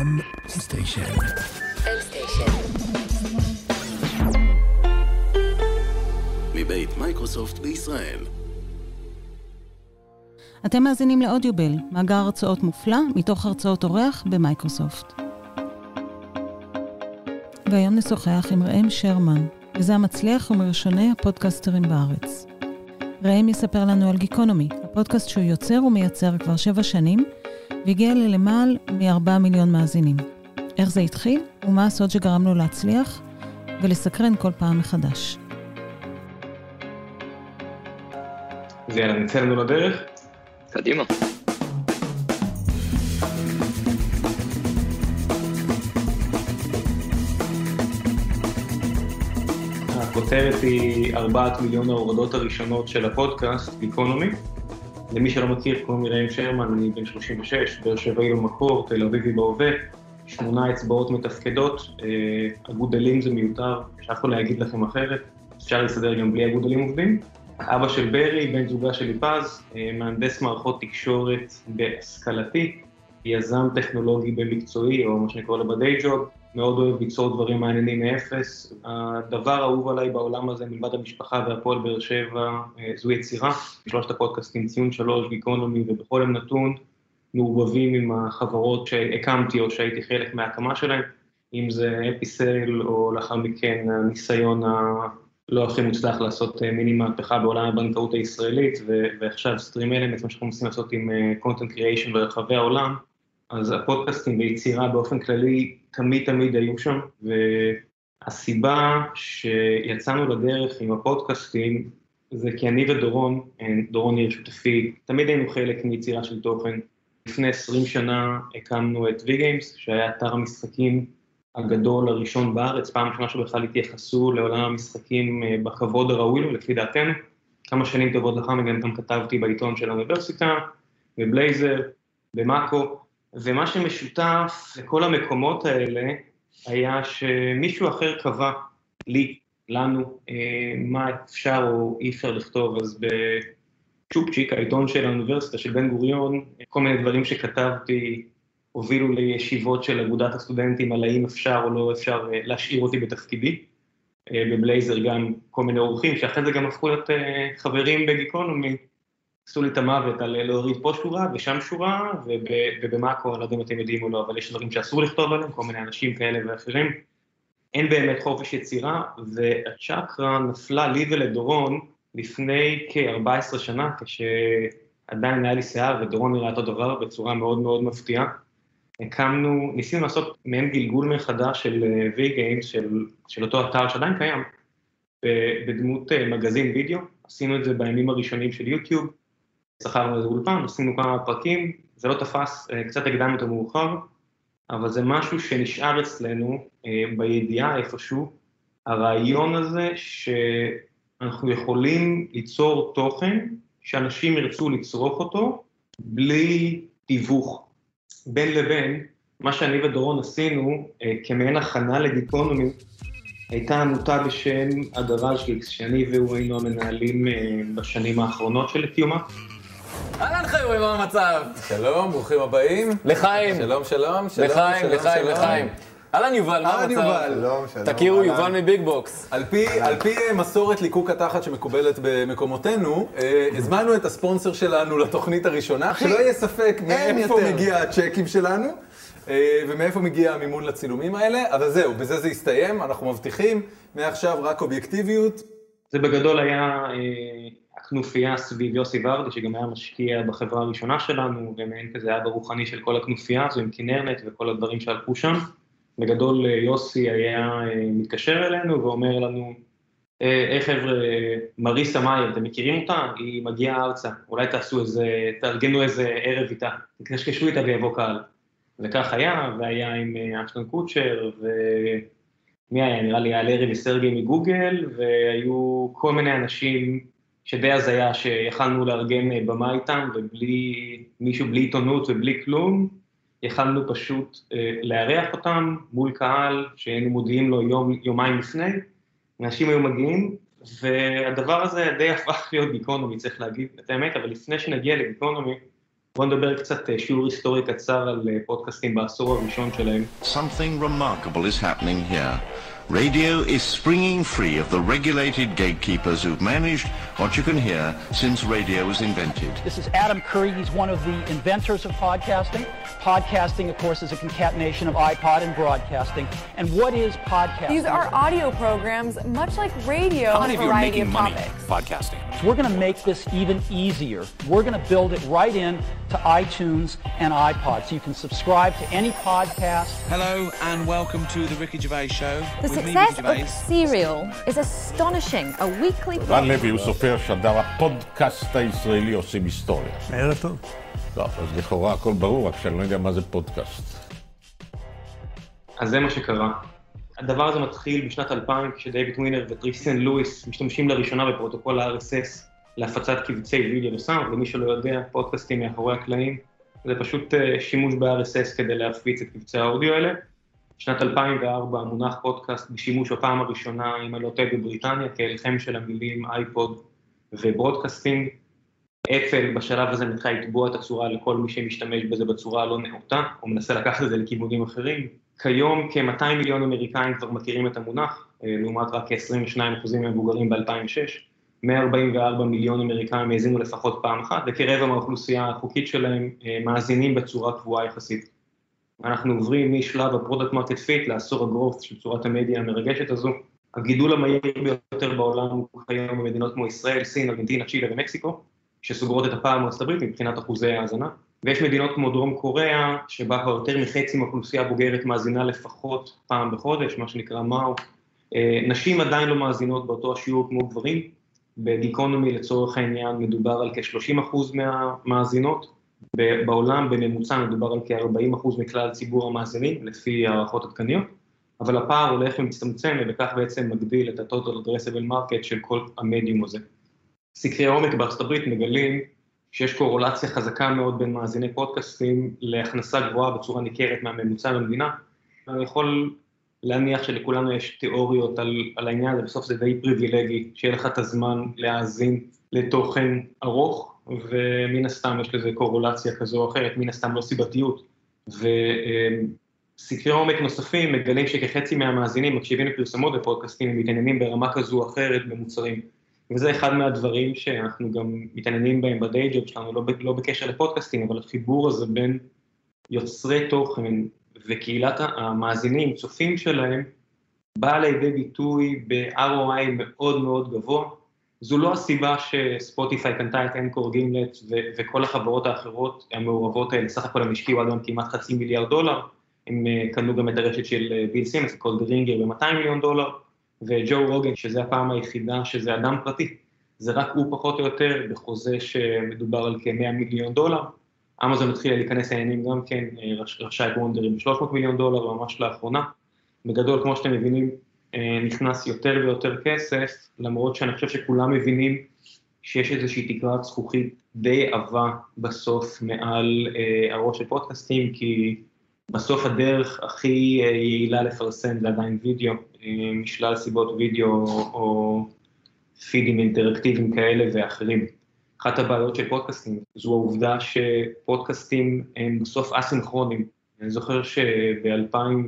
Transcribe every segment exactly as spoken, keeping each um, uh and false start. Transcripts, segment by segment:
M Station. M Station. מבית מייקרוסופט בישראל. אתם מאזינים לאודיובל, מאגר הרצאות מופלא מתוך הרצאות אורח במייקרוסופט. והיום נשוחח עם ראם שרמן, וזה המצליח ומראשוני הפודקאסטרים בארץ. ראם יספר לנו על גיקונומי, הפודקאסט שהוא יוצר ומייצר כבר שבע שנים, והגיע ללמעל מארבעה מיליון מאזינים. איך זה התחיל ומה הסוד שגרם לו להצליח ולסקרן כל פעם מחדש. אז יאללה, נצא לנו לדרך. קדימה. הכותרת היא ארבעת מיליון ההורדות הראשונות של הפודקאסט, גיקונומי. למי שלא מכיר, קוראים לי ראם שרמן, אני בן שלושים ושש, באר שבעי במקור, תל אביבי בהווה, שמונה אצבעות מתפקדות, אגודלים זה מיותר, אפשר להגיד לכם אחרת, אפשר להסתדר גם בלי אגודלים עובדים. אבא של ברי, בן זוגה של ליפז, מהנדס מערכות תקשורת בהשכלתי, יזם טכנולוגי במקצועי, או מה שנקרא לו בדיי ג'וב, מאוד אוהב ליצור דברים מעניינים מאפס. הדבר האהוב עליי בעולם הזה, מלבד המשפחה והפועל באר שבע, זו יצירה. שלושת הפודקאסטים, ציון שלוש, גיקונומי ובכל הם נתון, מעורבבים עם החברות שהקמתי או שהייתי חלק מההקמה שלהם, אם זה אפיסל או לאחר מכן הניסיון הלא הכי מוצלח לעשות מיני מהפכה בעולם הבנקאות הישראלית, ועכשיו סטרים אלמנט, מה שאנחנו מנסים לעשות עם content creation ברחבי העולם, אז הפודקאסטים ויצירה באופן כללי תמיד תמיד היו שם, והסיבה שיצאנו לדרך עם הפודקאסטים, זה כי אני ודורון, דורון ניר שותפי, תמיד היינו חלק מיצירה של תוכן. לפני עשרים שנה הקמנו את V-Games, שהיה אתר המשחקים הגדול הראשון בארץ, פעם ראשונה שבכלל התייחסו לעולם המשחקים בכבוד הראוי לו, לפי דעתנו. כמה שנים טובות לאחר מכן גם כתבתי בעיתון של האוניברסיטה, בבלייזר, במאקו, ומה שמשותף לכל המקומות האלה, היה שמישהו אחר קבע לי, לנו, מה אפשר או אי אפשר לכתוב. אז בצ'ופצ'יק, העיתון של האוניברסיטה של בן גוריון, כל מיני דברים שכתבתי, הובילו לישיבות של אגודת הסטודנטים, על האם אפשר או לא אפשר להשאיר אותי בתפקידי. בבלייזר גם כל מיני אורחים, שאחרי זה גם הפכו להיות חברים בגיקונומי, עשו לי את המוות על להוריד פה שורה ושם שורה, ובמאקו, אני לא יודע אם אתם יודעים או לא, אבל יש דברים שאסור לכתוב עליהם, כל מיני אנשים כאלה ואחרים. אין באמת חופש יצירה, והצ'קרה נפלה לי ולדורון לפני כ-ארבע עשרה שנה, כשעדיין היה לי שיער, ודורון נראה אותו דבר בצורה מאוד מאוד מפתיעה. הקמנו, ניסינו לעשות מהם גלגול מחדש של V-Games, של, של אותו אתר שעדיין קיים, בדמות מגזין וידאו. עשינו את זה בימים הראשונים של יוטיוב, שכרנו איזה אולפן, עשינו כמה פרקים, זה לא תפס, קצת הקדמנו את המאוחר, אבל זה משהו שנשאר אצלנו בידיעה איפשהו, הרעיון הזה שאנחנו יכולים ליצור תוכן, שאנשים ירצו לצרוך אותו, בלי תיווך. בין לבין, מה שאני ודורון עשינו, כמעין הכנה לגיקונומי, הייתה עמותה בשם הגראז' גיקס, שאני והוא היינו המנהלים בשנים האחרונות של קיומה. אהלן חברים, מה המצב? שלום, ברוכים הבאים. לחיים. שלום, שלום, שלום. לחיים, לחיים, לחיים. אהלן יובל, מה המצב? שלום, שלום. תכירו, יובל מביג בוקס. על פי מסורת ליקוק התחת שמקובלת במקומותינו, הזמנו את הספונסר שלנו לתוכנית הראשונה, שלא יהיה ספק מאיפה מגיע הצ'קים שלנו, ומאיפה מגיע המימון לצילומים האלה, אבל זהו, בזה זה יסתיים, אנחנו מבטיחים, מעכשיו רק אובייקטיביות. זה בגדול היה הכנופיה סביב יוסי ורדי, שגם היה משקיע בחברה הראשונה שלנו, ומעין כזה היה ברוחני של כל הכנופיה, זו עם כינרנט וכל הדברים שהלכו שם. בגדול יוסי היה מתקשר אלינו ואומר לנו, היי חבר'ה, מריסה מאייר, אתם מכירים אותה? היא מגיעה ארצה, אולי תעשו איזה, תארגנו איזה ערב איתה, תקשקשו איתה ויבוא קהל. וכך היה, והיה עם אשטון קוצ'ר, ומי היה? נראה לי היה לארי וסרגי מגוגל, והיו כל מיני אנשים שדי אז היה שיכלנו לארגן במה איתם, ובלי מישהו, בלי עיתונות ובלי כלום, יכלנו פשוט לארח אותם מול קהל, שהיינו מודיעים לו יום, יומיים לפני, אנשים היו מגיעים, והדבר הזה די הפך להיות גיקונומי, צריך להגיד את האמת, אבל לפני שנגיע לגיקונומי, בואו נדבר קצת שיעור היסטורי קצר על פודקאסטים בעשור הראשון שלהם. Something remarkable is happening here. Radio is springing free of the regulated gatekeepers who've managed what you can hear since radio was invented. This is Adam Curry. He's one of the inventors of podcasting. Podcasting, of course, is a concatenation of iPod and broadcasting. And what is podcasting? These are audio programs, much like radio, How many of you are making money topics. podcasting? So we're going to make this even easier. We're going to build it right in to iTunes and iPod, so you can subscribe to any podcast. Hello and welcome to the Ricky Gervais Show. The with me, success Ricky Gervais. of Serial is astonishing. A weekly... רן לוי הוא סופר שדר הפודקאסט הישראלי עושים היסטוריה. ערב טוב. טוב, אז לכאורה הכל ברור, רק שאני לא יודע מה זה פודקאסט. אז זה מה שקרה. הדבר הזה מתחיל בשנת אלפיים, כשדייוויד ווינר וטריסטיאן לואיס משתמשים לראשונה בפרוטוקול ה-אר אס אס להפצת קבצי וידאו וסאונד, ומי שלא יודע, פודקאסטים מאחורי הקלעים, זה פשוט שימוש ב-אר אס אס כדי להפיץ את קבצי האודיו האלה. בשנת אלפיים וארבע המונח פודקאסט בשימוש בפעם הראשונה עם הלוטה בבריטניה, כהלחם של המילים אייפוד וברודקאסטינג. אפל בשלב הזה מתחילה לתבוע את הצורה לכל מי שמשתמש בזה בצורה הלא נאותה, או מנסה לקחת את זה לכיוונים אחרים. כיום כ-מאתיים מיליון אמריקאים כבר מכירים את המונח, לעומת רק כ-עשרים ושניים אחוז מבוגרים ב-אלפיים ושש. מאה ארבעים וארבעה מיליון אמריקאים האזינו לפחות פעם אחת, וכרבע מהאוכלוסייה החוקית שלהם מאזינים בצורה קבועה יחסית. אנחנו עוברים משלב הפרודקט מרקט פיט לעשור הגרופט של צורת המדיה המרגשת הזו. הגידול המהיר ביותר בעולם הוא כיום במדינות כמו ישראל, סין, ארגנטינה, צ'ילה ומקסיקו, שסוגרות את הפער מארצות הברית מבחינת אחוזי ההאזנה. ויש מדינות כמו דרום קוריאה, שבה כבר יותר מחצי מהאוכלוסייה הבוגרת מאזינה לפחות פעם בחודש, מה שנקרא מאו. נשים עדיין לא מאזינות באותו השיעור כמו גברים. בגיקונומי לצורך העניין מדובר על כ-שלושים אחוז מהמאזינות. בעולם בממוצע מדובר על כ-ארבעים אחוז מכלל ציבור המאזינים, לפי הערכות עדכניות. אבל הפער הולך ומצטמצם, ובכך בעצם מגדיל את ה-Total Addressable Market של כל המדיום הזה. סקרי העומק בארצות הברית מגלים שיש קורולציה חזקה מאוד בין מאזיני פודקאסטים להכנסה גבוהה בצורה ניכרת מהממוצע במדינה. אני יכול להניח שלכולנו יש תיאוריות על, על העניין הזה, בסוף זה די פריבילגי, שיהיה לך את הזמן להאזין לתוכן ארוך, ומן הסתם יש לזה קורולציה כזו או אחרת, מן הסתם לא סיבתיות. וסקרי עומק נוספים מגלים שכחצי מהמאזינים מקשיבים לפרסומות ופודקאסטים, הם מתעניינים ברמה כזו או אחרת במוצרים. וזה אחד מהדברים שאנחנו גם מתעניינים בהם בדיי ג'וב שלנו, לא, לא בקשר לפודקאסטים, אבל החיבור הזה בין יוצרי תוכן וקהילת המאזינים, צופים שלהם, בא לידי ביטוי ב-אר או איי מאוד מאוד גבוה. זו לא הסיבה שספוטיפיי קנתה את אנקור גימלט ו- וכל החברות האחרות המעורבות האלה, סך הכל הם השקיעו עד היום כמעט חצי מיליארד דולר, הם קנו גם את הרשת של ביל סימס, קולד רינגר ב-מאתיים מיליון דולר, וג'ו רוגן, שזה הפעם היחידה שזה אדם פרטי, זה רק הוא פחות או יותר בחוזה שמדובר על כ-מאה מיליון דולר. אמזון התחילה להיכנס העניינים גם כן, רכשה את וונדרי ב-שלוש מאות מיליון דולר, ממש לאחרונה. בגדול, כמו שאתם מבינים, נכנס יותר ויותר כסף, למרות שאני חושב שכולם מבינים שיש איזושהי תקרת זכוכית די עבה בסוף מעל הראש של פודקאסטים, כי בסוף הדרך הכי יעילה לפרסם זה עדיין וידאו, משלל סיבות וידאו או פידים אינטראקטיביים כאלה ואחרים. אחת הבעיות של פודקאסטים זו העובדה שפודקאסטים הם בסוף אסינכרונים. אני זוכר שב-אלפיים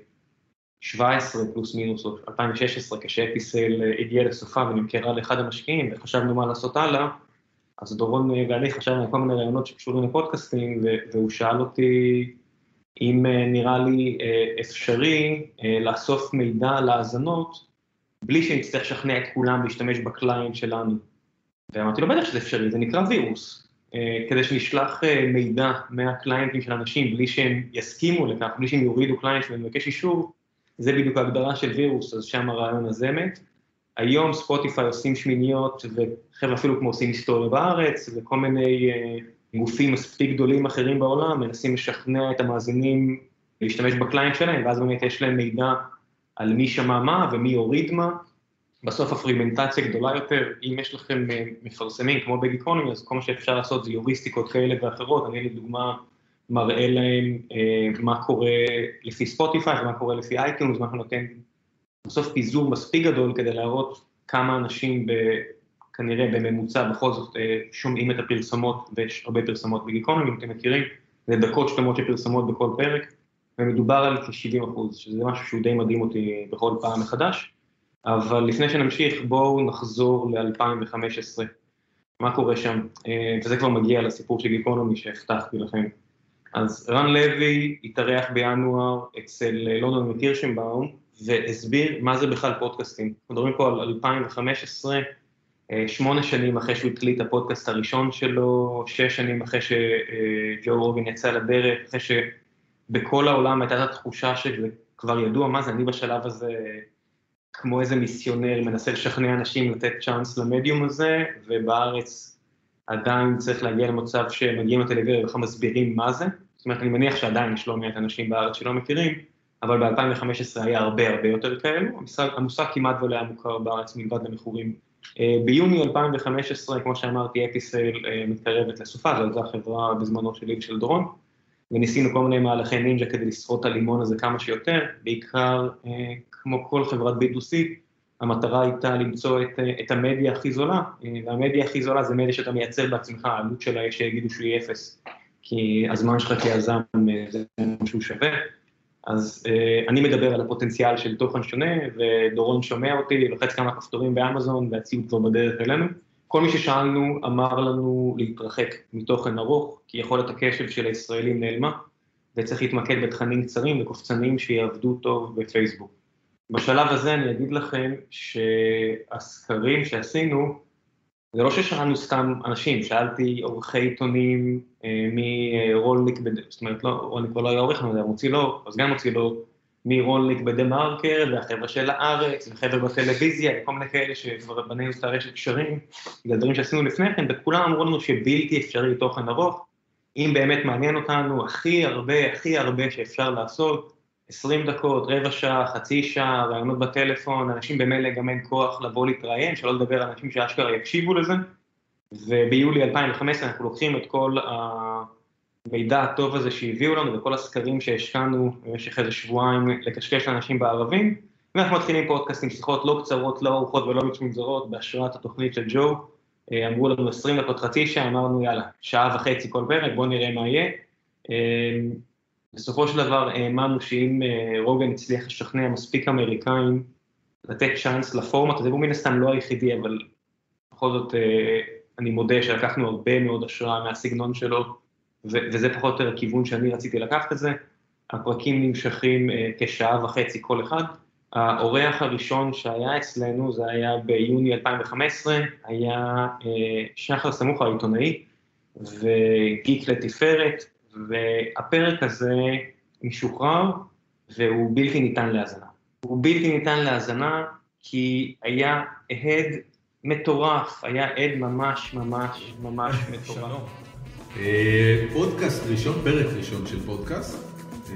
שבע עשרה פלוס מינוס, או אלפיים ושש עשרה, כשאפיסל הגיעה לסופה ונמכרה לאחד המשקיעים וחשבנו מה לעשות הלאה, אז דורון ואני חשבנו על כל מיני רעיונות שקשורים לפודקאסטים, והוא שאל אותי אם נראה לי אפשרי לאסוף מידע להאזנות, בלי שנצטרך לשכנע את כולם להשתמש בקליינט שלנו. ואמרתי לו, בטח שזה אפשרי, זה נקרא וירוס, כדי שנשלח מידע מהקליינטים של אנשים, בלי שהם יסכימו לכך, בלי שהם יורידו קליינט ומבקש אישור, זה בדיוק ההגדרה של וירוס, אז שם הרעיון הזה מת. היום ספוטיפיי עושים שמיניות, וחבר'ה אפילו כמו עושים היסטוריה בארץ, וכל מיני גופים מספיק גדולים אחרים בעולם, מנסים לשכנע את המאזינים להשתמש בקליינט שלהם, ואז באמת יש להם מידע על מי שמע מה ומי הוריד מה. בסוף הפריגמנטציה גדולה יותר, אם יש לכם מפרסמים כמו בגיקונומי, אז כל מה שאפשר לעשות זה יוריסטיקות כאלה ואחרות. אני לדוגמה מראה להם אה, מה קורה לפי ספוטיפיי ומה קורה לפי אייקונס, מה נותן בסוף פיזור מספיק גדול כדי להראות כמה אנשים כנראה בממוצע בכל זאת שומעים את הפרסומות, ויש הרבה פרסומות בגיקונומי, אם אתם מכירים, זה דקות שלמות של פרסומות בכל פרק, ומדובר על כ-שבעים אחוז, שזה משהו שהוא די מדהים אותי בכל פעם מחדש, אבל לפני שנמשיך, בואו נחזור ל-אלפיים וחמש עשרה. מה קורה שם? וזה כבר מגיע לסיפור של גיקונומי שהבטחתי לכם. אז רן לוי התארח בינואר אצל לונדון וקירשנבאום, והסביר מה זה בכלל פודקאסטים. אנחנו מדברים פה על אלפיים וחמש עשרה, שמונה שנים אחרי שהוא הקליט הפודקאסט הראשון שלו, שש שנים אחרי שג'ו רוגן יצא לדרך, אחרי שבכל העולם הייתה את התחושה שזה כבר ידוע מה זה, אני בשלב הזה כמו איזה מיסיונר, מנסה לשכנע אנשים לתת צ'אנס למדיום הזה, ובארץ עדיין צריך להגיע למצב שמגיעים לטלוויזיה וכך מסבירים מה זה, זאת אומרת, אני מניח שעדיין יש לא מעט אנשים בארץ שלא מכירים, אבל ב-אלפיים וחמש עשרה היה הרבה הרבה יותר כאלו, המושג, המושג כמעט ולא היה מוכר בארץ מלבד למכורים. ביוני אלפיים וחמש עשרה, כמו שאמרתי, אפיסל מתקרבת לסופה, זו החברה בזמנו שלי ושל דורון, וניסינו כל מיני מהלכי נינג'ה כדי לשרוד את הלימון הזה כמה שיותר, בעיקר כמו כל חברת בי טו סי, המטרה הייתה למצוא את, את המדיה הכי זולה, והמדיה הכי זולה זה מדיה שאתה מייצר בעצמך, העלות שלה יש שיגידו שהיא אפס, כי הזמן שלך כיזם זה משהו שווה, אז אני מדבר על הפוטנציאל של תוכן שונה, ודורון שומע אותי, לוחץ כמה כפתורים באמזון, והציוד כבר בדרך אלינו. כל מי ששאלנו אמר לנו להתרחק מתוכן ארוך, כי יכולת הקשב של הישראלים נעלמה, וצריך להתמקד בתכנים קצרים וקופצניים שיעבדו טוב בפייסבוק. בשלב הזה אני אגיד לכם שהסקרים שעשינו, זה לא ששאלנו סתם אנשים, שאלתי עורכי עיתונים מרולניק, זאת אומרת, לא, רולניק כבר לא היה עורך, אני מוציא לו, אז גם מוציא לו מרולניק בדה-מרקר, והחבר'ה של הארץ, וחבר'ה בטלוויזיה, וכל מיני כאלה שכבר בנינו את הרשת קשרים, זה דברים שעשינו לפני כן, וכולם אמרו לנו שבלתי אפשרי תוכן ארוך, אם באמת מעניין אותנו, הכי הרבה, הכי הרבה שאפשר לעשות, עשרים דקות, רבע שעה, חצי שעה, רעיונות בטלפון, אנשים במילא גם אין כוח לבוא להתראיין, שלא לדבר על אנשים שאשכרה יקשיבו לזה, וביולי אלפיים וחמש עשרה אנחנו לוקחים את כל המידע הטוב הזה שהביאו לנו, וכל הסקרים שהשקענו במשך איזה שבועיים לקשקש לאנשים בערבים, ואנחנו מתחילים פודקאסטים, שיחות לא קצרות, לא ארוכות ולא מצונזרות, בהשראת התוכנית של ג'ו, אמרו לנו עשרים דקות, חצי שעה, אמרנו יאללה, שעה וחצי כל פרק, בואו נראה מה יהיה. בסופו של דבר האמנו שאם רוגן הצליח לשכנע מספיק אמריקאים לתת צ'אנס לפורמט, זה הוא מן הסתם לא היחידי, אבל בכל זאת אני מודה שלקחנו הרבה מאוד השראה מהסגנון שלו, וזה פחות או יותר הכיוון שאני רציתי לקחת את זה. הפרקים נמשכים כשעה וחצי כל אחד. האורח הראשון שהיה אצלנו, זה היה ביוני אלפיים וחמש עשרה, היה שחר סמוך העיתונאי, וגיק לתפארת, והפרק הזה משוחרר, והוא בלתי ניתן להאזנה. הוא בלתי ניתן להאזנה, כי היה עד מטורף, היה עד ממש ממש ממש מטורף. פודקאסט ראשון, פרק ראשון של פודקאסט.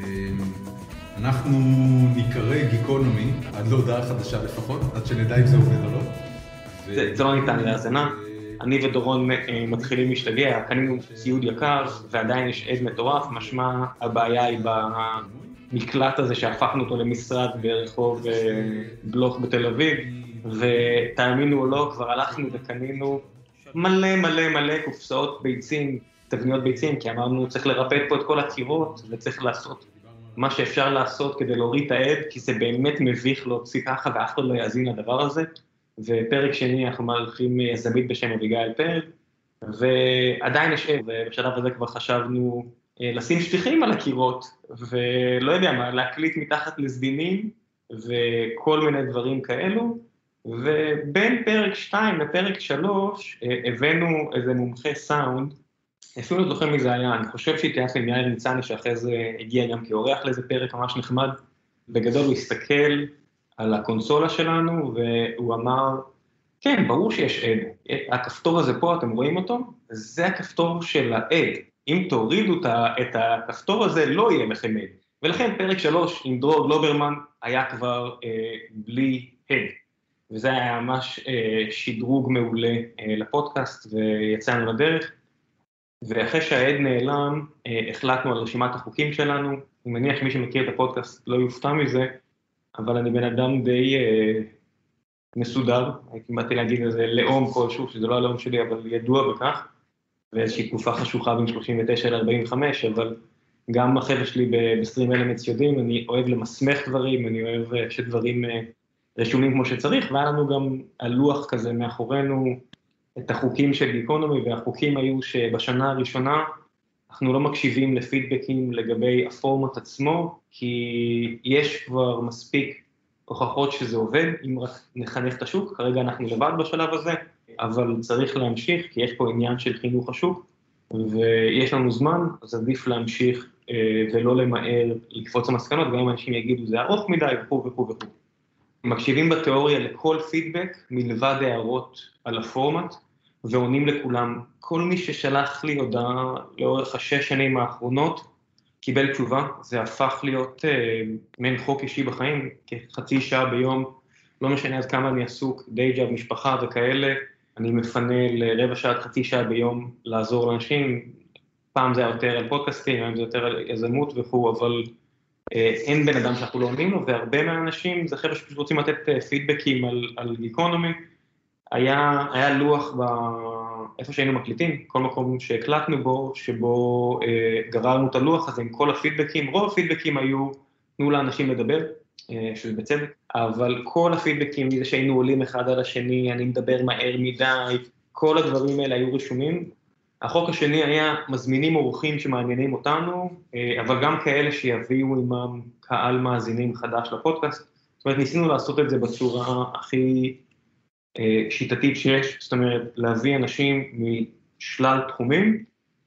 אנחנו נקרא גיקונומי, עד להודעה חדשה לפחות, עד שנדע אם זה עובד או לא. זה לא ניתן להאזנה. אני ודורון מתחילים להשתגע, קנינו ציוד יקר, ועדיין יש עד מטורף, משמע הבעיה היא במקלט הזה שהפכנו אותו למשרד ברחוב בלוך בתל אביב, ותאמינו או לא, כבר הלכנו וקנינו מלא מלא מלא קופסאות ביצים, תבניות ביצים, כי אמרנו צריך לרפד פה את כל הקירות, וצריך לעשות מה שאפשר לעשות כדי להוריד את העד, כי זה באמת מביך להוציא ככה, ואף אחד לא יאזין לדבר הזה. ופרק שני אנחנו מערכים יזמית בשם אביגיל פרד, ועדיין יש, ובשלב הזה כבר חשבנו לשים שטיחים על הקירות, ולא יודע מה, להקליט מתחת לסדינים, וכל מיני דברים כאלו, ובין פרק שתיים לפרק שלוש, הבאנו איזה מומחה סאונד, אפילו לא זוכר מי זה היה, אני חושב שהתייעץ עם יאיר ניצני, שאחרי זה הגיע גם כאורח לאיזה פרק ממש נחמד, בגדול הוא הסתכל, על הקונסולה שלנו, והוא אמר, כן, ברור שיש עד. הכפתור הזה פה, אתם רואים אותו? זה הכפתור של העד. אם תורידו את הכפתור הזה, לא יהיה לכם עד. ולכן פרק שלוש עם דרור גלוברמן היה כבר אה, בלי עד. וזה היה ממש אה, שדרוג מעולה אה, לפודקאסט, ויצאנו לדרך. ואחרי שהעד נעלם, אה, החלטנו על רשימת החוקים שלנו. אני מניח שמי שמכיר את הפודקאסט לא יופתע מזה, אבל אני בן אדם די, מסודר, הייתי באתי להגיד איזה לאום כלשהו, שזה לא הלאום שלי, אבל ידוע בכך, ואיזושהי תקופה חשוכה בין שלושים ותשע ל-ארבעים וחמש, אבל גם החבר'ה שלי ב-Stream Elements יודעים, אני אוהב למסמך דברים, אני אוהב שדברים רשומים כמו שצריך, והיה לנו גם הלוח כזה מאחורינו את החוקים של גיקונומי, והחוקים היו שבשנה הראשונה אנחנו לא מקשיבים לפידבקים לגבי הפורמט עצמו, כי יש כבר מספיק הוכחות שזה עובד, אם רק נחנך את השוק, כרגע אנחנו לבד בשלב הזה, אבל צריך להמשיך, כי יש פה עניין של חינוך השוק, ויש לנו זמן, אז עדיף להמשיך ולא למהר לקפוץ המסקנות, גם אם אנשים יגידו זה ארוך מדי וכו' וכו' וכו'. מקשיבים בתיאוריה לכל פידבק, מלבד הערות על הפורמט, ועונים לכולם. כל מי ששלח לי הודעה לאורך השש שנים האחרונות, קיבל תשובה, זה הפך להיות אה, מעין חוק אישי בחיים, כחצי שעה ביום, לא משנה עד כמה אני עסוק, די ג'אב, משפחה וכאלה, אני מפנה לרבע שעה, חצי שעה ביום לעזור לאנשים, פעם זה יותר על פודקאסטים, פעם זה יותר על יזמות וכו', אבל אה, אין בן אדם שאנחנו לא עונים לו, והרבה מהאנשים, זה חבר'ה שפשוט רוצים לתת אה, פידבקים על, על גיקונומי, היה, היה לוח ב... איפה שהיינו מקליטים, כל מקום שהקלטנו בו, שבו אה, גררנו את הלוח הזה עם כל הפידבקים, רוב הפידבקים היו, תנו לאנשים לדבר, אה, שזה בצדק, אבל כל הפידבקים, מזה שהיינו עולים אחד על השני, אני מדבר מהר מדי, כל הדברים האלה היו רשומים. החוק השני היה מזמינים אורחים שמעניינים אותנו, אה, אבל גם כאלה שיביאו עימם קהל מאזינים חדש לפודקאסט, זאת אומרת, ניסינו לעשות את זה בצורה הכי שיטתית שיש, זאת אומרת, להביא אנשים משלל תחומים,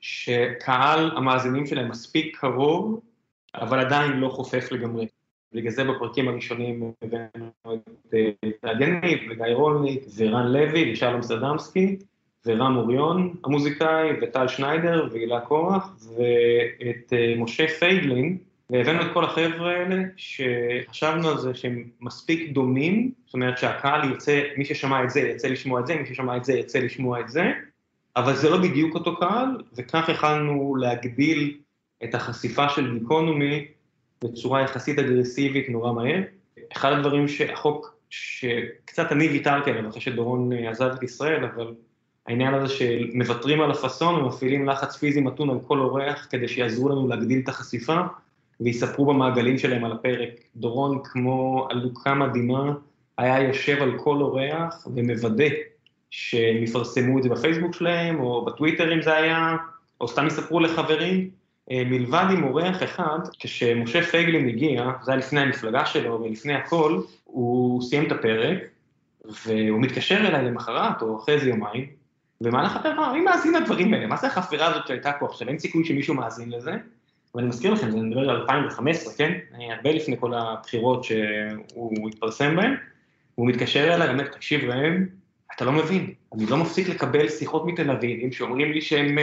שקהל המאזינים שלהם מספיק קרוב, אבל עדיין לא חופף לגמרי. בגלל זה בפרקים הראשונים הבאנו את דגנית וגיא רולניק ורן לוי ושלום סדמסקי ורם אוריון המוזיקאי וטל שניידר והילה קורח ואת משה פייגלין, והבאנו את כל החבר'ה האלה שחשבנו על זה שהם מספיק דומים, זאת אומרת שהקהל ירצה, מי ששמע את זה ירצה לשמוע את זה, מי ששמע את זה ירצה לשמוע את זה, אבל זה לא בדיוק אותו קהל, וכך יכלנו להגדיל את החשיפה של גיקונומי בצורה יחסית אגרסיבית נורא מהר. אחד הדברים שהחוק, שקצת אני ויתרתי עליו אחרי שדורון עזב את ישראל, אבל העניין הזה שמוותרים על הפסון ומפעילים לחץ פיזי מתון על כל אורח כדי שיעזרו לנו להגדיל את החשיפה, ויספרו במעגלים שלהם על הפרק. דורון כמו עלוקה מדהימה, היה יושב על כל אורח ומוודא שהם יפרסמו את זה בפייסבוק שלהם, או בטוויטר אם זה היה, או סתם יספרו לחברים. מלבד עם אורח אחד, כשמשה פייגלין הגיע, זה היה לפני המפלגה שלו ולפני הכל, הוא סיים את הפרק, והוא מתקשר אליי למחרת, או אחרי זה יומיים, במהלך הפרק, מי מאזין לדברים האלה? מה זה החפירה הזאת שהייתה פה עכשיו? אין סיכוי שמישהו מאזין לזה? ואני מזכיר לכם, זה נדבר על אלפיים וחמש עשרה, כן? הרבה לפני כל הבחירות שהוא התפרסם בהן, הוא מתקשר אליי, אומר, תקשיב ראם, אתה לא מבין, אני לא מפסיק לקבל שיחות מתל אביבים, שאומרים לי שהם,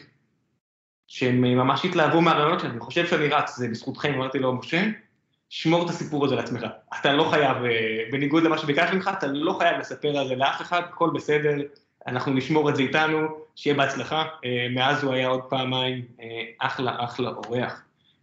שהם ממש התלהבו מהרעיונות שלהם, אני חושב שאני רץ, זה בזכותכם, אמרתי לו, משה, שמור את הסיפור הזה לעצמך, אתה לא חייב, בניגוד למה שביקשתי ממך, אתה לא חייב לספר על זה לאף אחד, הכל בסדר, אנחנו נשמור את זה איתנו, שיהיה בהצלחה, מאז הוא היה עוד פעמיים אחלה אחלה אורח.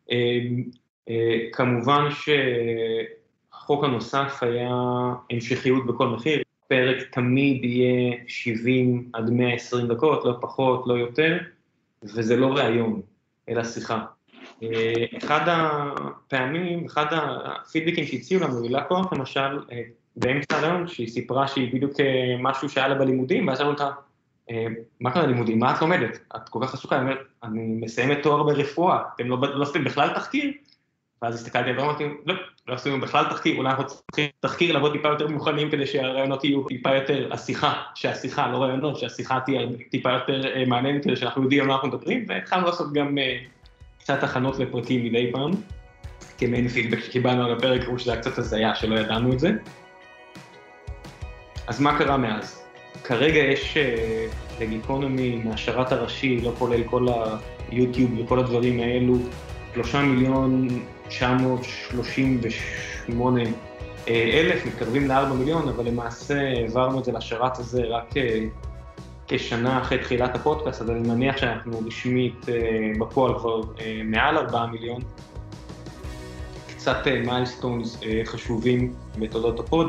כמובן שהחוק הנוסף היה המשכיות בכל מחיר, פרק תמיד יהיה שבעים עד מאה ועשרים דקות, לא פחות, לא יותר, וזה לא ראיון, אלא שיחה. אחד הפעמים, אחד הפידבקים שהציעו לנו, הילה קורח למשל, באמצע הרעיון, שהיא סיפרה שהיא בדיוק משהו שהיה לה בלימודים, ואז אמרו אותה, מה קרה לימודים? מה את לומדת? את כל כך עסוקה, אני, אני מסיימת תואר ברפואה, אתם לא, לא עשיתם בכלל תחקיר? ואז הסתכלתי על ואמרתי, לא, לא עשיתם בכלל תחקיר, אולי אנחנו צריכים תחקיר לעבוד טיפה יותר מוכנים, כדי שהרעיונות יהיו טיפה יותר, השיחה, שהשיחה, לא רעיונות, שהשיחה תהיה טיפה יותר מעניינת, כדי שאנחנו יודעים על מה אנחנו מדברים, והתחלנו לעשות גם קצת הכנות לפרקים מדי פעם, כמעין פידבק שקיבלנו על הפרק, ראו שזה היה קצת הזיה שלא ידענו את זה. אז מה קרה מאז? כרגע יש לגיקונומי מהשרת הראשי, לא כולל כל היוטיוב וכל הדברים האלו, שלושה מיליון תשע מאות שלושים ושמונה אלף, מתקרבים לארבע מיליון, אבל למעשה העברנו את זה לשרת הזה רק כשנה אחרי תחילת הפודקאסט, אז אני מניח שאנחנו רשמית בפועל כבר מעל ארבעה מיליון. קצת מיילסטונס חשובים בתולדות הפוד.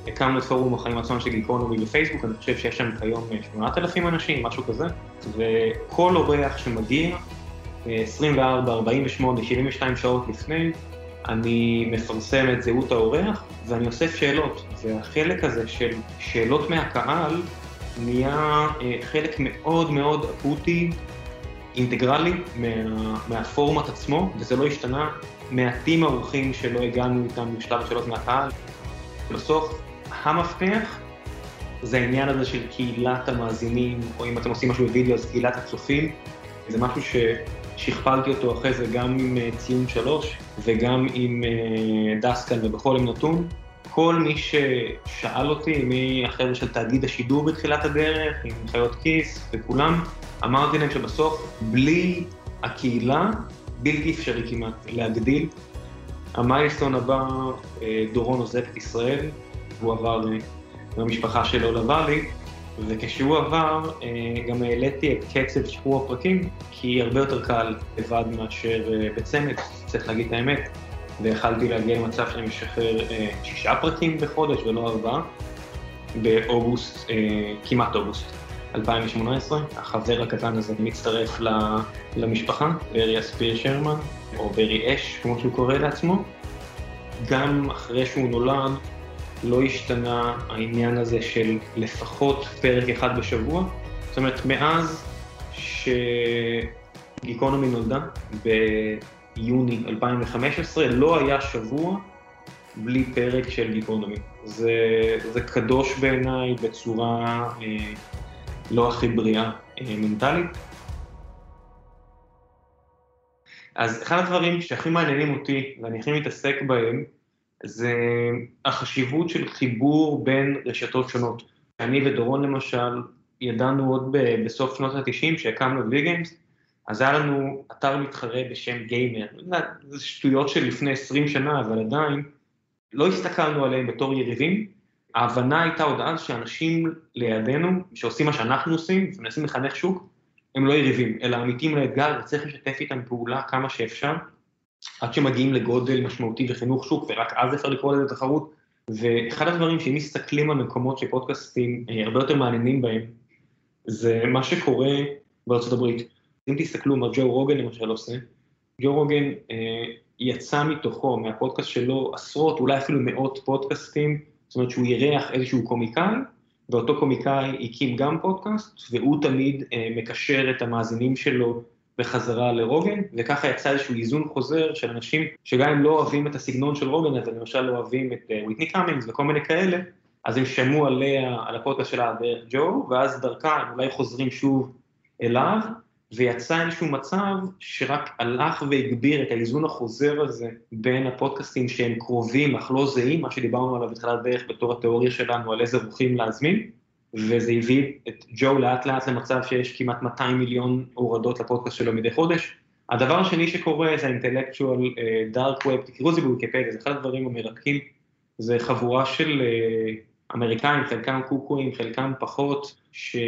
הקמנו את פורום החיים עצמם של גיקונומי בפייסבוק, אני חושב שיש שם כיום שמונת אלפים אנשים, משהו כזה, וכל אורח שמגיע, עשרים וארבע, ארבעים ושמונה, שבעים ושתיים שעות לפני, אני מפרסם את זהות האורח, ואני אוסף שאלות, והחלק הזה של שאלות מהקהל, נהיה חלק מאוד מאוד אקוטי, אינטגרלי מה, מהפורמט עצמו, וזה לא השתנה. מעטים האורחים שלא הגענו איתם בשלב השאלות מהקהל. בסוף, המפתח זה העניין הזה של קהילת המאזינים, או אם אתם עושים משהו בווידאו, אז קהילת הצופים. זה משהו ששכפלתי אותו אחרי זה גם עם ציון שלוש, וגם עם דסקל ובכל עם נתון. כל מי ששאל אותי, מי אחר של תאגיד השידור בתחילת הדרך, עם חיות כיס וכולם, אמרתי להם שבסוף, בלי הקהילה, בלתי אפשרי כמעט להגדיל. המיילסטון הבא, דורון עוזב את ישראל, והוא עבר מהמשפחה שלו לוואלי, וכשהוא עבר, גם העליתי את קצב שחרור הפרקים, כי הרבה יותר קל לבד מאשר בצמד, צריך להגיד את האמת. והחלתי להגיע למצב שאני משחרר אה, שישה פרקים בחודש ולא ארבעה, באוגוסט, אה, כמעט אוגוסט אלפיים שמונה עשרה. החבר הקטן הזה מצטרף למשפחה, ברי אספיר שרמן, או ברי אש, כמו שהוא קורא לעצמו. גם אחרי שהוא נולד, לא השתנה העניין הזה של לפחות פרק אחד בשבוע. זאת אומרת, מאז שגיקונומי נולדה, ב... יוני אלפיים וחמש עשרה, לא היה שבוע בלי פרק של גיקונומי. זה, זה קדוש בעיניי בצורה אה, לא הכי בריאה אה, מנטלית. אז אחד הדברים שהכי מעניינים אותי, ואני הכי מתעסק בהם, זה החשיבות של חיבור בין רשתות שונות. אני ודורון למשל, ידענו עוד ב- בסוף שנות ה-תשעים שהקמנו את ויגיימס, אז היה לנו אתר מתחרה בשם גיימר, זה שטויות של לפני עשרים שנה, אבל עדיין לא הסתכלנו עליהם בתור יריבים. ההבנה הייתה עוד אז שאנשים לידינו, שעושים מה שאנחנו עושים, ומנסים לחנך שוק, הם לא יריבים, אלא עמיתים לאתגר, וצריך לשתף איתם פעולה כמה שאפשר, עד שמגיעים לגודל משמעותי וחינוך שוק, ורק אז אפשר לקרוא לזה תחרות. ואחד הדברים שאם מסתכלים על מקומות שפודקאסטים הרבה יותר מעניינים בהם, זה מה שקורה בארצות הברית. אם תסתכלו מה ג'ו רוגן למשל עושה, ג'ו רוגן אה, יצא מתוכו, מהפודקאסט שלו, עשרות, אולי אפילו מאות פודקאסטים, זאת אומרת שהוא ירח איזשהו קומיקאי, ואותו קומיקאי הקים גם פודקאסט, והוא תמיד אה, מקשר את המאזינים שלו בחזרה לרוגן, וככה יצא איזשהו איזון חוזר של אנשים שגם הם לא אוהבים את הסגנון של רוגן, אבל למשל לא אוהבים את אה, וויטני קאמינגס וכל מיני כאלה, אז הם שמעו עליה, על הפודקאסט שלה דרך ג'ו, ואז דרכה הם אולי חוזרים שוב אליו, ויצא איזשהו מצב שרק הלך והגביר את האיזון החוזר הזה בין הפודקאסטים שהם קרובים אך לא זהים, מה שדיברנו עליו בתחילת דרך בתור התיאוריה שלנו על איזה רוחים להזמין, וזה הביא את ג'ו לאט לאט למצב שיש כמעט מאתיים מיליון הורדות לפודקאסט שלו מדי חודש. הדבר השני שקורה זה האינטלקטואל דארק ווב, תקראו זה בוויקיפדיה, זה אחד הדברים המרתקים, זה חבורה של אמריקאים, חלקם קוקואים, חלקם פחות, ש...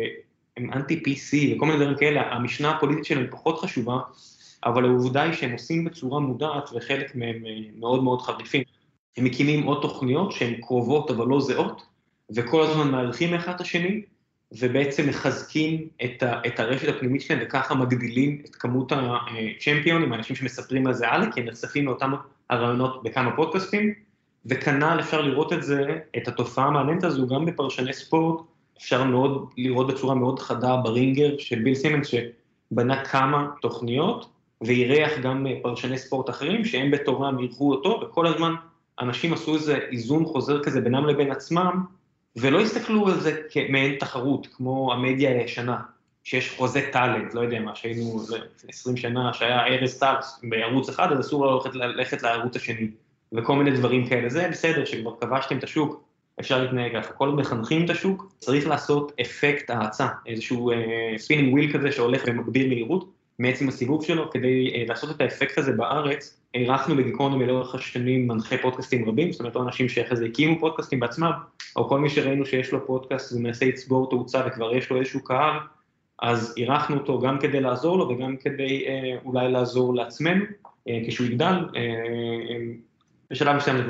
הם אנטי-פי סי וכל מיני דברים כאלה, המשנה הפוליטית שלהם פחות חשובה, אבל העובדה היא שהם עושים בצורה מודעת, וחלק מהם מאוד מאוד חריפים. הם מקימים עוד תוכניות שהן קרובות אבל לא זהות, וכל הזמן מערכים אחד את השני, ובעצם מחזקים את, ה, את הרשת הפנימית שלהם, וככה מגדילים את כמות הצ'מפיונים, האנשים שמספרים על זה הלאה, כי הם נחשפים לאותם הרעיונות בכמה פודקאסטים, וכנ"ל אפשר לראות את זה, את התופעה המעניינת הזו, גם בפרשני ספורט, אפשר מאוד לראות בצורה מאוד חדה ברינגר של ביל סימנס, שבנה כמה תוכניות, וירח גם פרשני ספורט אחרים, שהם בתורם ירחו אותו, וכל הזמן אנשים עשו איזה איזון חוזר כזה בינם לבין עצמם, ולא הסתכלו על זה כמעין תחרות, כמו המדיה הישנה, שיש חוזה טלנט, לא יודע מה, שהיינו עשרים שנה, שהיה ארז טלס בערוץ אחד, אז אסור ללכת, ללכת לערוץ השני, וכל מיני דברים כאלה. זה בסדר, שכבר כבשתם את השוק, אפשר להתנהג ככה, כל מחנכים את השוק, צריך לעשות אפקט ההצעה, איזשהו ספינינג וויל כזה שהולך ומגביר מהירות, מעצם הסיבוב שלו, כדי uh, לעשות את האפקט הזה בארץ, ערכנו בגיקונומי לאורך השנים מנחי פודקאסטים רבים, זאת אומרת, או אנשים שאחרי זה הקימו פודקאסטים בעצמם, או כל מי שראינו שיש לו פודקאסט ומנסה לצבור תאוצה וכבר יש לו איזשהו קהל, אז ערכנו אותו גם כדי לעזור לו וגם כדי uh, אולי לעזור לעצמנו, uh, כשהוא יגדל, uh, בשלב מסוים כבר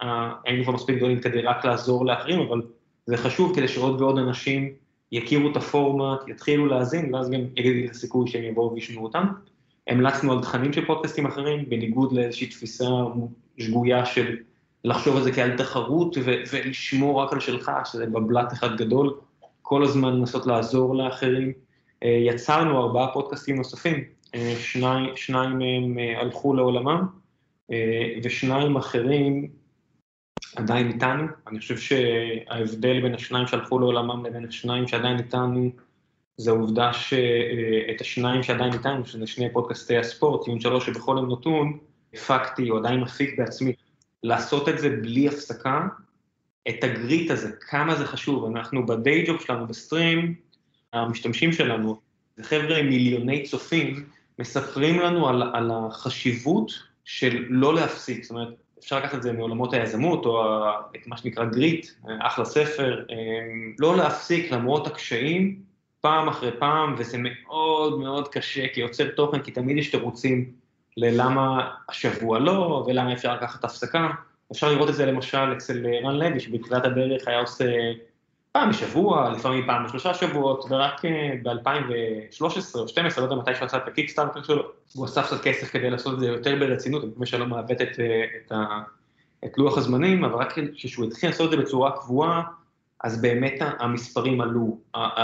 היינו כבר מספיק גדולים כדי רק לעזור לאחרים, אבל זה חשוב כדי שעוד ועוד אנשים יכירו את הפורמט, יתחילו להאזין, ואז גם יגידו את הסיכוי שהם יבואו וישמעו אותם. המלצנו על תכנים של פודקאסטים אחרים, בניגוד לאיזושהי תפיסה שגויה של לחשוב על זה כעל תחרות, ו- ולשמור רק על שלך, שזה בבלט אחד גדול, כל הזמן לנסות לעזור לאחרים. יצרנו ארבעה פודקאסטים נוספים, שניים, שניים מהם הלכו לעולמם, ושניים אחרים עדיין איתנו. אני חושב שההבדל בין השניים שהלכו לעולמם לבין השניים שעדיין איתנו, זה העובדה שאת השניים שעדיין איתנו, שזה שני פודקאסטי הספורט, טיעון שלוש שבכל הם נתון, הפקתי או עדיין מפיק בעצמי, לעשות את זה בלי הפסקה, את הגריט הזה, כמה זה חשוב. אנחנו בדיי ג'וב שלנו, בסטרים, המשתמשים שלנו, זה חבר'ה מיליוני צופים, מספרים לנו על, על החשיבות של לא להפסיק. זאת אומרת, אפשר לקחת את זה מעולמות היזמות, או את מה שנקרא גריט, אחלה ספר, לא להפסיק למרות הקשיים, פעם אחרי פעם, וזה מאוד מאוד קשה, כי יוצר תוכן, כי תמיד יש תירוצים ללמה השבוע לא, ולמה אפשר לקחת הפסקה. אפשר לראות את זה למשל אצל רן לוי, שבתחילת הדרך היה עושה פעם בשבוע, לפעמים פעם בשלושה שבועות, ורק ב-אלפיים ושלוש עשרה או שתים עשרה, לא יודע מתי שהוא עשה את הקיקסטארטר שלו, הוא אסף קצת כסף כדי לעשות את זה יותר ברצינות, אני מקווה שלא מעוות את, את, את לוח הזמנים, אבל רק כשהוא התחיל לעשות את זה בצורה קבועה, אז באמת המספרים עלו.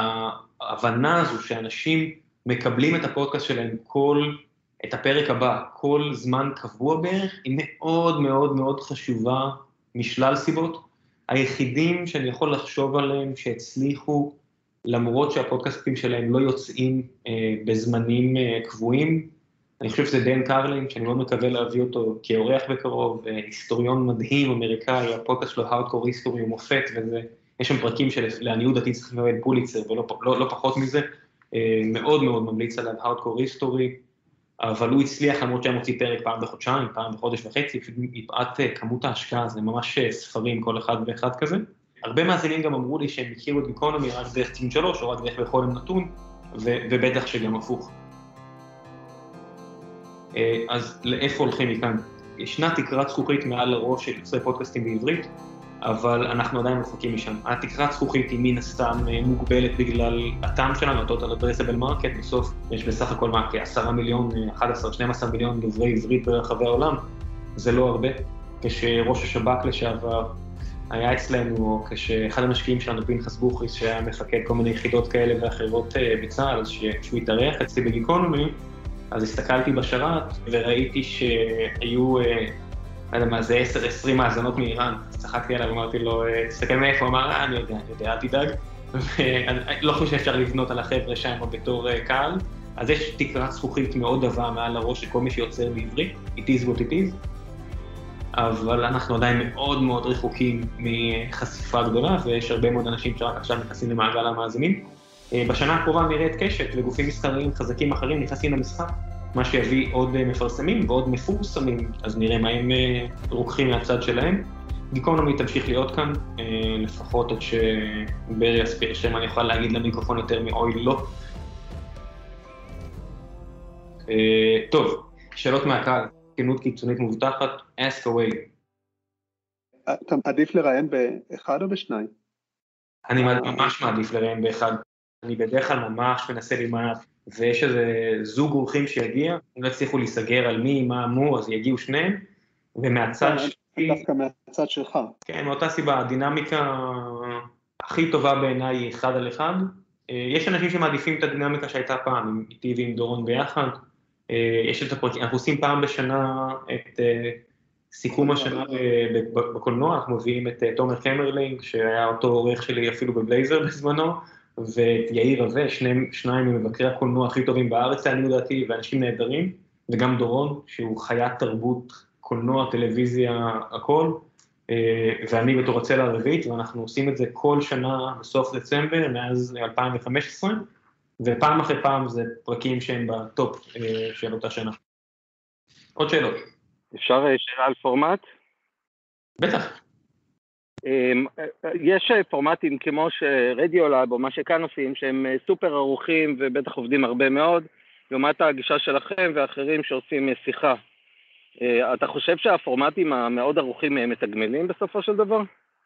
ההבנה הזו שאנשים מקבלים את הפודקאסט שלהם כל, את הפרק הבא, כל זמן קבוע בערך, היא מאוד מאוד מאוד חשובה משלל סיבות. היחידים שאני יכול לחשוב עליהם שהצליחו, למרות שהפודקאסטים שלהם לא יוצאים אה, בזמנים אה, קבועים, אני חושב שזה דן קרלין, שאני מאוד מקווה להביא אותו כאורח בקרוב, אה, היסטוריון מדהים אמריקאי, הפודקאסט שלו Hardcore History הוא מופת, וזה, יש שם פרקים שלעניות דעתי צריך לקבל פוליצר, ולא לא, לא פחות מזה, אה, מאוד מאוד ממליץ עליו Hardcore History, אבל הוא הצליח למרות שהיה מוציא פרק פעם בחודשיים, פעם בחודש וחצי, מפאת כמות ההשקעה, זה ממש ספרים כל אחד ואחד כזה. הרבה מאזינים גם אמרו לי שהם הכירו את גיקונומי רק דרך טיעון שלוש, או רק דרך בכל הם נתון, ו- ובטח שגם הפוך. אז לאיפה הולכים מכאן? ישנה תקרת זכוכית מעל הראש של יוצרי פודקאסטים בעברית, אבל אנחנו עדיין רחוקים משם. התקרת זכוכית היא מן הסתם מוגבלת בגלל הטעם שלנו, אותו על אדרסבל מרקט, בסוף יש בסך הכל מה, כעשרה מיליון, אחד עשר, שנים עשר מיליון דוברי עברית ברחבי העולם, זה לא הרבה. כשראש השב"כ לשעבר היה אצלנו, או כשאחד המשקיעים שלנו, פנחס בוכריס, שהיה מפקד כל מיני יחידות כאלה ואחרות בצה"ל, שהוא התארח אצלי בגיקונומי, אז הסתכלתי בשרת וראיתי שהיו, לא יודע מה, זה עשר עשרים מאזנות מאיראן, אז צחקתי עליו, אמרתי לו, תסתכל מאיפה, הוא אמר, אה, אני יודע, אני יודע, אל תדאג, ולא חושב שאפשר לבנות על החבר'ה שם בתור קהל, אז יש תקרת זכוכית מאוד עבה מעל הראש של כל מי שיוצר בעברית, it is what it is, אבל אנחנו עדיין מאוד מאוד רחוקים מחשיפה גדולה, ויש הרבה מאוד אנשים שרק עכשיו נכנסים למעגל המאזינים. בשנה הקרובה נראה את קשת וגופים מסחריים חזקים אחרים נכנסים למשחק, מה שיביא עוד מפרסמים ועוד מפורסמים, אז נראה מה הם רוקחים מהצד שלהם. גיקונומי תמשיך להיות כאן, לפחות עד שברי יספיר שם אני יכול להגיד למיקרופון יותר מאוי לא. טוב, שאלות מהקהל, כנות קיצונית מובטחת, ask away. אתה עדיף לראיין באחד או בשניים? אני ממש מעדיף לראיין באחד. אני בדרך כלל ממש מנסה להימנע, ויש איזה זוג אורחים שיגיע, הם לא הצליחו להיסגר על מי, מה מו, אז יגיעו שניהם, ומהצד שלי... דווקא מהצד שלך. כן, מאותה סיבה, הדינמיקה הכי טובה בעיניי היא אחד על אחד. יש אנשים שמעדיפים את הדינמיקה שהייתה פעם, איתי ועם דורון ביחד. יש את הפרקים, אנחנו עושים פעם בשנה את סיכום השנה בקולנוע, אנחנו מביאים את תומר קמרלינג, שהיה אותו עורך שלי אפילו בבלייזר בזמנו, ואת יאיר רווה, שניים ממבקרי הקולנוע הכי טובים בארץ, אני לדעתי, ואנשים נהדרים, וגם דורון, שהוא חיית תרבות, קולנוע, טלוויזיה, הכל, ואני בתור הצלע הרביעית, ואנחנו עושים את זה כל שנה בסוף דצמבר, מאז אלפיים וחמש עשרה, ופעם אחרי פעם זה פרקים שהם בטופ של אותה שנה. עוד שאלות? אפשר שאלה על פורמט? בטח. יש פורמטים כמו שרדיולאב או מה שכאן עושים שהם סופר ערוכים ובטח עובדים הרבה מאוד, לעומת הגישה שלכם ואחרים שעושים שיחה. אתה חושב שהפורמטים המאוד ארוכים מתגמלים בסופו של דבר?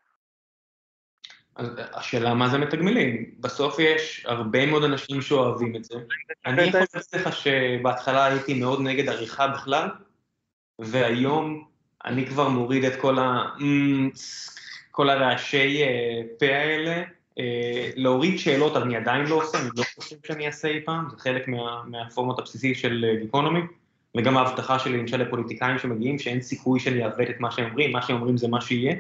השאלה מה זה מתגמלים? בסוף יש הרבה מאוד אנשים שאוהבים את זה. אני יכול להגיד לך שבהתחלה הייתי מאוד נגד עריכה בכלל, והיום אני כבר מוריד את כל ה... כל הרעשי פה האלה, להוריד שאלות, אני עדיין לא עושה, אני לא חושב שאני אעשה אי פעם, זה חלק מהפורמט הבסיסי של גיקונומי, וגם ההבטחה שלי למשל לפוליטיקאים שמגיעים, שאין סיכוי שאני אעוות את מה שהם אומרים, מה שהם אומרים זה מה שיהיה.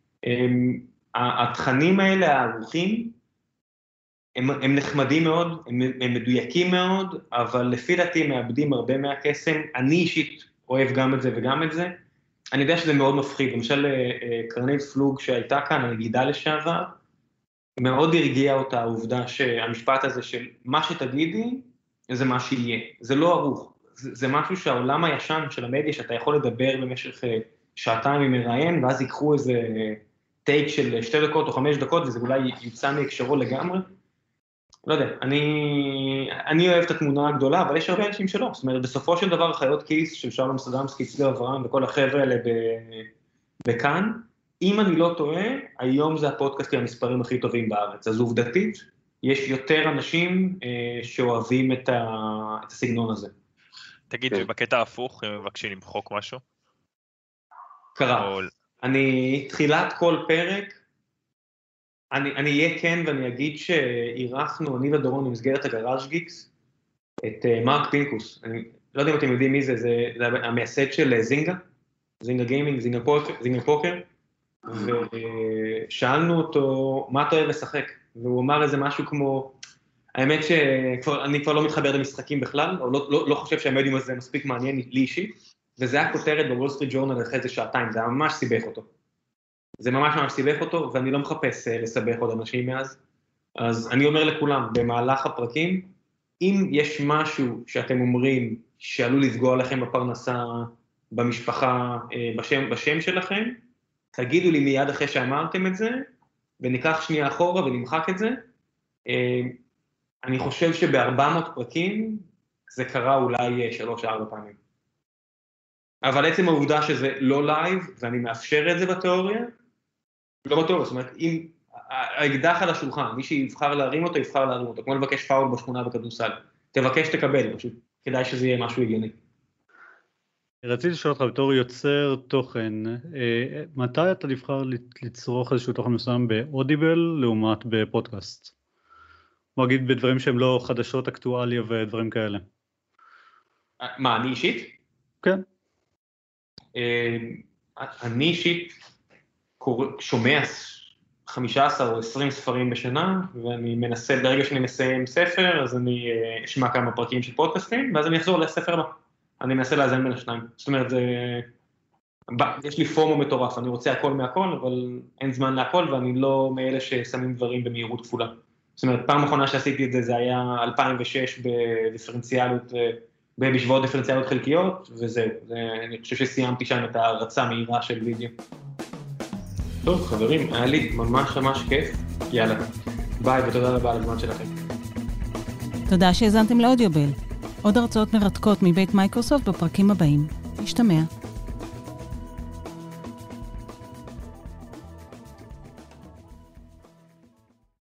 התכנים האלה, הערוכים, הם, הם נחמדים מאוד, הם, הם מדויקים מאוד, אבל לפי דעתי מאבדים הרבה מהקסם, אני אישית אוהב גם את זה וגם את זה, אני יודע שזה מאוד מפחיד, למשל קרנית פלוג שהייתה כאן, הנגידה לשעבר, מאוד הרגיעה אותה העובדה שהמשפט הזה של מה שתגידי, זה מה שיהיה, זה לא ערוך, זה, זה משהו שהעולם הישן של המדיה, שאתה יכול לדבר במשך שעתיים עם מראיין, ואז ייקחו איזה טייק של שתי דקות או חמש דקות, וזה אולי יוצא מהקשרו לגמרי, לא יודע, אני, אני אוהב את התמונה הגדולה, אבל יש הרבה אנשים שלא, זאת אומרת, בסופו של דבר, חיות כיס של שלום סדמסקי, צבי אברהם וכל החבר'ה האלה בכאן, אם אני לא טועה, היום זה הפודקאסטים המספרים הכי טובים בארץ, אז עובדתית, יש יותר אנשים אה, שאוהבים את, ה, את הסגנון הזה. תגיד, ובקטע הפוך, אם מבקשים למחוק משהו? קרה. או... אני, תחילת כל פרק, אני, אני אהיה כן ואני אגיד שאירחנו, אני ודורון במסגרת הגראז' גיקס, את uh, מרק פינקוס. אני לא יודע אם אתם יודעים מי זה, זה, זה המייסד של זינגה, זינגה גיימינג, זינגה פוקר, זינגה פוקר, ושאלנו אותו, מה אתה אוהב לשחק? והוא אמר איזה משהו כמו, האמת שאני כבר לא מתחבר למשחקים בכלל, או לא, לא, לא חושב שהמדיום הזה מספיק מעניין לי אישית, וזה היה כותרת בוול סטריט ג'ורנל אחרי זה שעתיים, זה היה ממש סיבך אותו. זה ממש ממש סיבך אותו, ואני לא מחפש לסבך עוד אנשים מאז. אז אני אומר לכולם, במהלך הפרקים, אם יש משהו שאתם אומרים שעלול לפגוע לכם בפרנסה, במשפחה, בשם, בשם שלכם, תגידו לי מיד אחרי שאמרתם את זה, וניקח שנייה אחורה ונמחק את זה. אני חושב שב-ארבע מאות פרקים, זה קרה אולי שלוש ארבע פעמים. אבל עצם העובדה שזה לא לייב, ואני מאפשר את זה בתיאוריה, לא בתיאוריה, זאת אומרת, אם האקדח על השולחן, מי שיבחר להרים אותו, יבחר להרים אותו, כמו לבקש פאול בשכונה בכדורסל, תבקש תקבל, פשוט כדאי שזה יהיה משהו הגיוני. רציתי לשאול אותך בתור יוצר תוכן, מתי אתה נבחר לצרוך איזשהו תוכן מסוים באודיבל לעומת בפודקאסט? בוא נגיד בדברים שהם לא חדשות, אקטואליה ודברים כאלה. מה, אני אישית? כן. אני אישית שומע חמישה עשר או עשרים ספרים בשנה, ואני מנסה, ברגע שאני מסיים ספר, אז אני אשמע כמה פרקים של פודקאסטים, ואז אני אחזור לספר הבא. אני מנסה לאזן בין השניים. זאת אומרת, זה... יש לי פורמו מטורף, אני רוצה הכל מהכל, אבל אין זמן להכל, ואני לא מאלה ששמים דברים במהירות כפולה. זאת אומרת, פעם אחרונה שעשיתי את זה, זה היה אלפיים ושש בדיפרנציאליות, במשוואות דיפרנציאליות חלקיות, וזהו. אני חושב שסיימתי שם את ההרצה מהירה של וידאו. טוב, חברים, היה לי ממש ממש כיף. יאללה, ביי ותודה רבה על הזמן שלכם. תודה שהזנתם לאודיובל. עוד הרצאות מרתקות מבית מייקרוסופט בפרקים הבאים. נשתמע.